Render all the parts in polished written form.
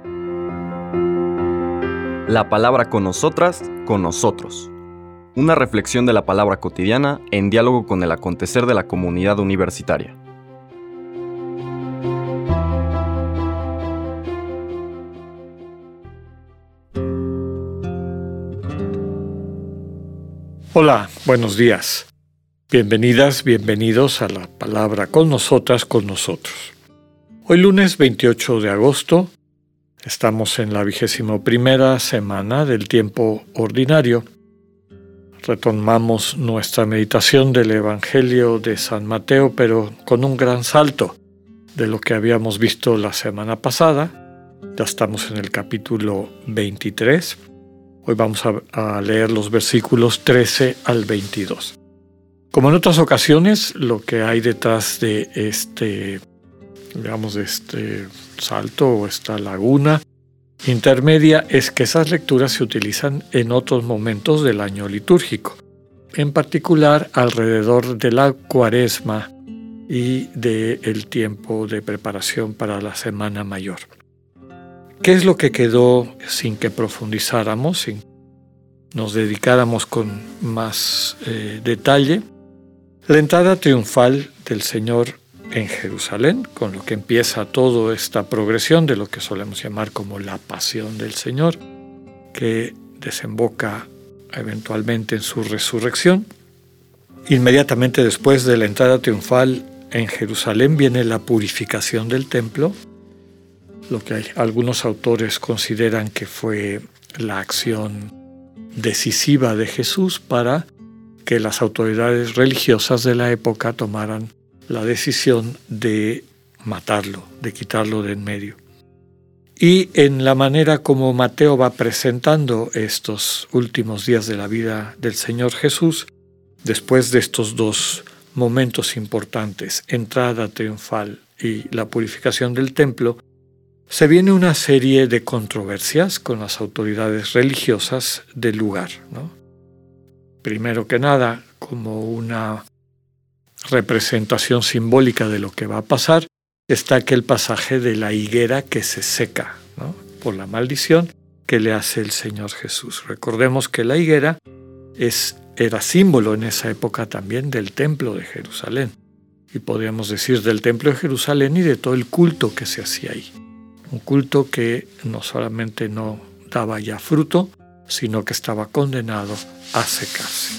La palabra con nosotras, con nosotros. Una reflexión de la palabra cotidiana en diálogo con el acontecer de la comunidad universitaria. Hola, buenos días. Bienvenidas, bienvenidos a la palabra con nosotras, con nosotros. Hoy lunes 28 de agosto, estamos en la 21ª semana del tiempo ordinario. Retomamos nuestra meditación del Evangelio de San Mateo, pero con un gran salto de lo que habíamos visto la semana pasada. Ya estamos en el capítulo 23. Hoy vamos a leer los versículos 13 al 22. Como en otras ocasiones, lo que hay detrás de este salto o esta laguna intermedia es que esas lecturas se utilizan en otros momentos del año litúrgico, en particular alrededor de la Cuaresma y del tiempo de preparación para la Semana Mayor. ¿Qué es lo que quedó sin que profundizáramos, sin nos dedicáramos con más detalle? La entrada triunfal del Señor en Jerusalén, con lo que empieza toda esta progresión de lo que solemos llamar como la pasión del Señor, que desemboca eventualmente en su resurrección. Inmediatamente después de la entrada triunfal en Jerusalén viene la purificación del templo, lo que algunos autores consideran que fue la acción decisiva de Jesús para que las autoridades religiosas de la época tomaran la decisión de matarlo, de quitarlo de en medio. Y en la manera como Mateo va presentando estos últimos días de la vida del Señor Jesús, después de estos dos momentos importantes, entrada triunfal y la purificación del templo, se viene una serie de controversias con las autoridades religiosas del lugar, ¿no? Primero que nada, como una representación simbólica de lo que va a pasar, está aquel pasaje de la higuera que se seca, ¿no?, por la maldición que le hace el Señor Jesús. Recordemos que la higuera era símbolo en esa época también del templo de Jerusalén, y podríamos decir del templo de Jerusalén y de todo el culto que se hacía ahí. Un culto que no solamente no daba ya fruto, sino que estaba condenado a secarse.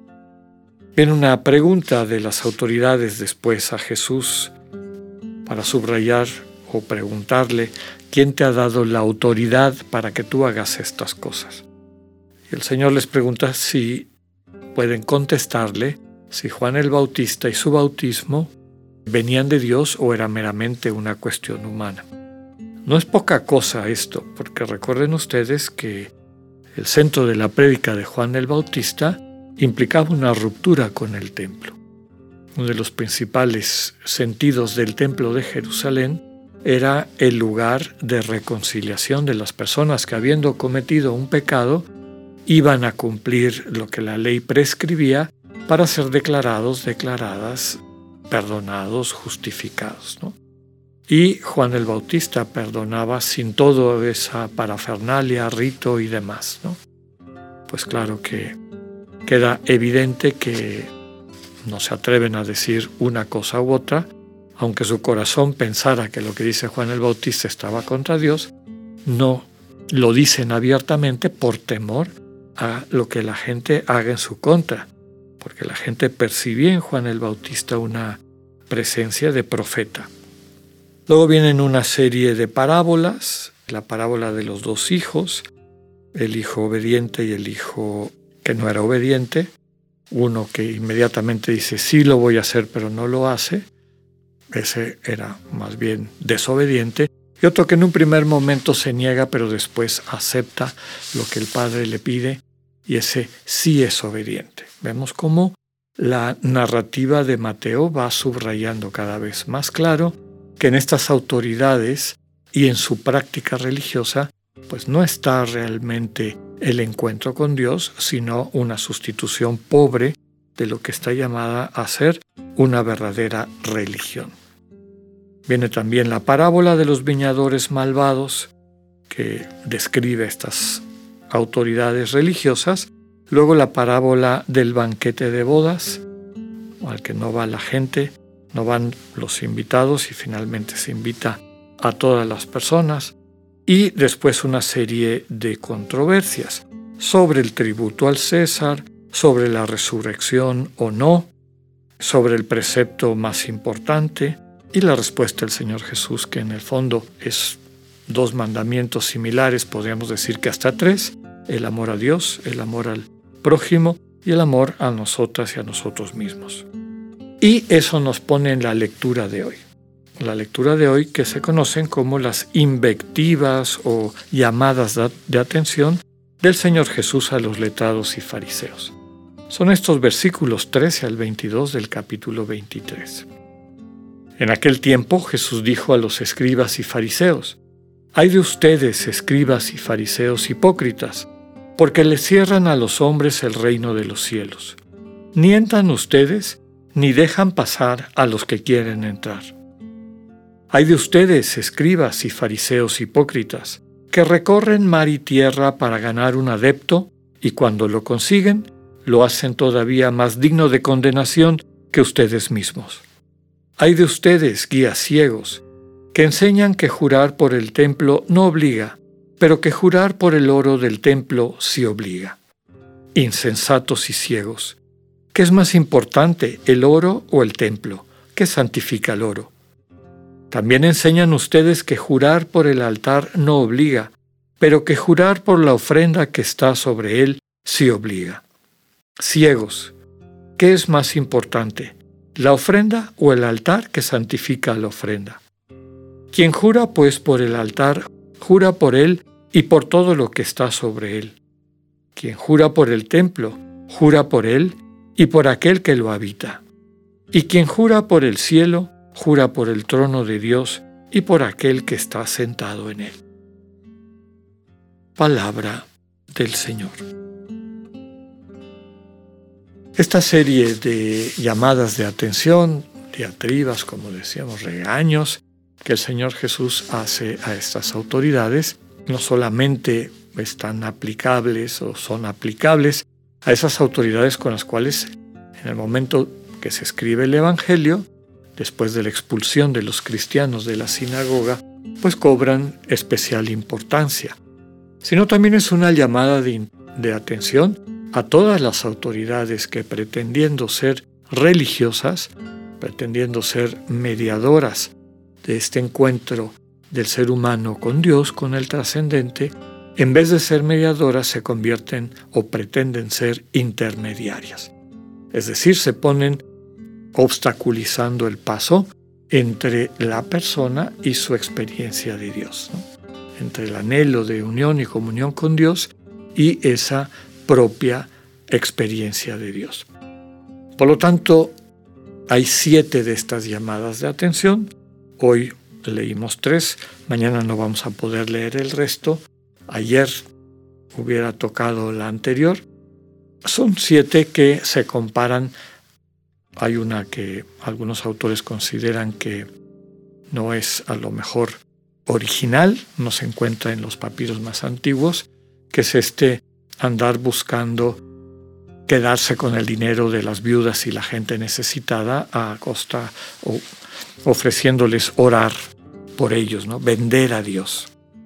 Viene una pregunta de las autoridades después a Jesús para subrayar o preguntarle: ¿quién te ha dado la autoridad para que tú hagas estas cosas? Y el Señor les pregunta si pueden contestarle si Juan el Bautista y su bautismo venían de Dios o era meramente una cuestión humana. No es poca cosa esto, porque recuerden ustedes que el centro de la prédica de Juan el Bautista implicaba una ruptura con el templo. Uno de los principales sentidos del templo de Jerusalén era el lugar de reconciliación de las personas que, habiendo cometido un pecado, iban a cumplir lo que la ley prescribía para ser declaradas, perdonados, justificados, ¿no? Y Juan el Bautista perdonaba sin toda esa parafernalia, rito y demás, ¿no? Pues claro que queda evidente que no se atreven a decir una cosa u otra, aunque su corazón pensara que lo que dice Juan el Bautista estaba contra Dios, no lo dicen abiertamente por temor a lo que la gente haga en su contra, porque la gente percibía en Juan el Bautista una presencia de profeta. Luego vienen una serie de parábolas, la parábola de los dos hijos, el hijo obediente y el hijo que no era obediente, uno que inmediatamente dice sí lo voy a hacer pero no lo hace, ese era más bien desobediente, y otro que en un primer momento se niega pero después acepta lo que el padre le pide, y ese sí es obediente. Vemos cómo la narrativa de Mateo va subrayando cada vez más claro que en estas autoridades y en su práctica religiosa, pues no está realmente el encuentro con Dios, sino una sustitución pobre de lo que está llamada a ser una verdadera religión. Viene también la parábola de los viñadores malvados, que describe estas autoridades religiosas. Luego la parábola del banquete de bodas, al que no va la gente, no van los invitados y finalmente se invita a todas las personas. Y después una serie de controversias sobre el tributo al César, sobre la resurrección o no, sobre el precepto más importante y la respuesta del Señor Jesús, que en el fondo es 2 mandamientos similares, podríamos decir que hasta 3, el amor a Dios, el amor al prójimo y el amor a nosotras y a nosotros mismos. Y eso nos pone en la lectura de hoy. La lectura de hoy, que se conocen como las invectivas o llamadas de atención del Señor Jesús a los letrados y fariseos. Son estos versículos 13 al 22 del capítulo 23. En aquel tiempo Jesús dijo a los escribas y fariseos: «Ay de ustedes, escribas y fariseos hipócritas, porque les cierran a los hombres el reino de los cielos. Ni entran ustedes, ni dejan pasar a los que quieren entrar. Ay de ustedes, escribas y fariseos hipócritas, que recorren mar y tierra para ganar un adepto, y cuando lo consiguen, lo hacen todavía más digno de condenación que ustedes mismos. Ay de ustedes, guías ciegos, que enseñan que jurar por el templo no obliga, pero que jurar por el oro del templo sí obliga. Insensatos y ciegos, ¿qué es más importante, el oro o el templo? ¿Qué santifica el oro? También enseñan ustedes que jurar por el altar no obliga, pero que jurar por la ofrenda que está sobre él sí obliga. Ciegos, ¿qué es más importante, la ofrenda o el altar que santifica la ofrenda? Quien jura pues por el altar, jura por él y por todo lo que está sobre él. Quien jura por el templo, jura por él y por aquel que lo habita. Y quien jura por el cielo, jura por el trono de Dios y por aquel que está sentado en él». Palabra del Señor. Esta serie de llamadas de atención, diatribas, como decíamos, regaños, que el Señor Jesús hace a estas autoridades, no solamente están aplicables o son aplicables a esas autoridades con las cuales en el momento que se escribe el Evangelio, después de la expulsión de los cristianos de la sinagoga, pues cobran especial importancia, sino también es una llamada de atención a todas las autoridades que, pretendiendo ser religiosas, pretendiendo ser mediadoras de este encuentro del ser humano con Dios, con el trascendente, en vez de ser mediadoras se convierten o pretenden ser intermediarias. Es decir, se ponen obstaculizando el paso entre la persona y su experiencia de Dios, ¿no? Entre el anhelo de unión y comunión con Dios y esa propia experiencia de Dios. Por lo tanto, hay 7 de estas llamadas de atención. Hoy leímos 3, mañana no vamos a poder leer el resto. Ayer hubiera tocado la anterior. Son 7 que se comparan. Hay una que algunos autores consideran que no es a lo mejor original, no se encuentra en los papiros más antiguos, que es andar buscando quedarse con el dinero de las viudas y la gente necesitada a costa o ofreciéndoles orar por ellos, ¿no? Vender a Dios.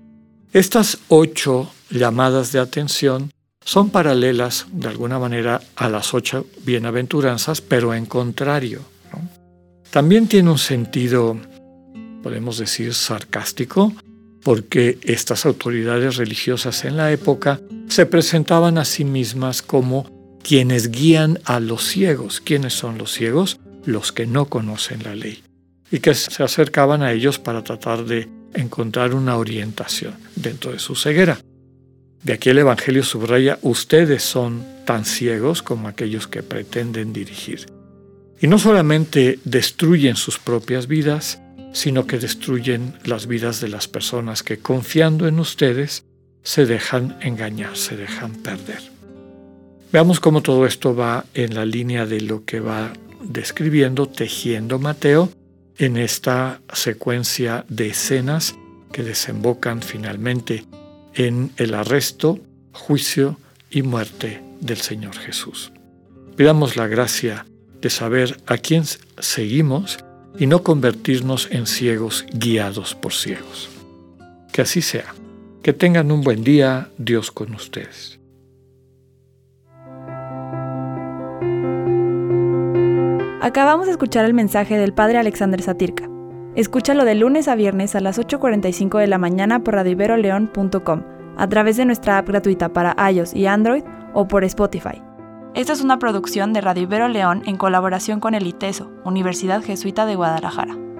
Estas 8 llamadas de atención son paralelas, de alguna manera, a las 8 bienaventuranzas, pero en contrario, ¿no? También tiene un sentido, podemos decir, sarcástico, porque estas autoridades religiosas en la época se presentaban a sí mismas como quienes guían a los ciegos. ¿Quiénes son los ciegos? Los que no conocen la ley, y que se acercaban a ellos para tratar de encontrar una orientación dentro de su ceguera. De aquí el Evangelio subraya: ustedes son tan ciegos como aquellos que pretenden dirigir. Y no solamente destruyen sus propias vidas, sino que destruyen las vidas de las personas que, confiando en ustedes, se dejan engañar, se dejan perder. Veamos cómo todo esto va en la línea de lo que va describiendo, tejiendo Mateo en esta secuencia de escenas que desembocan finalmente en el arresto, juicio y muerte del Señor Jesús. Pidamos la gracia de saber a quién seguimos y no convertirnos en ciegos guiados por ciegos. Que así sea. Que tengan un buen día, Dios con ustedes. Acabamos de escuchar el mensaje del Padre Alexander Satirka. Escúchalo de lunes a viernes a las 8:45 de la mañana por radioiberoleon.com, a través de nuestra app gratuita para iOS y Android o por Spotify. Esta es una producción de Radio Ibero León en colaboración con el ITESO, Universidad Jesuita de Guadalajara.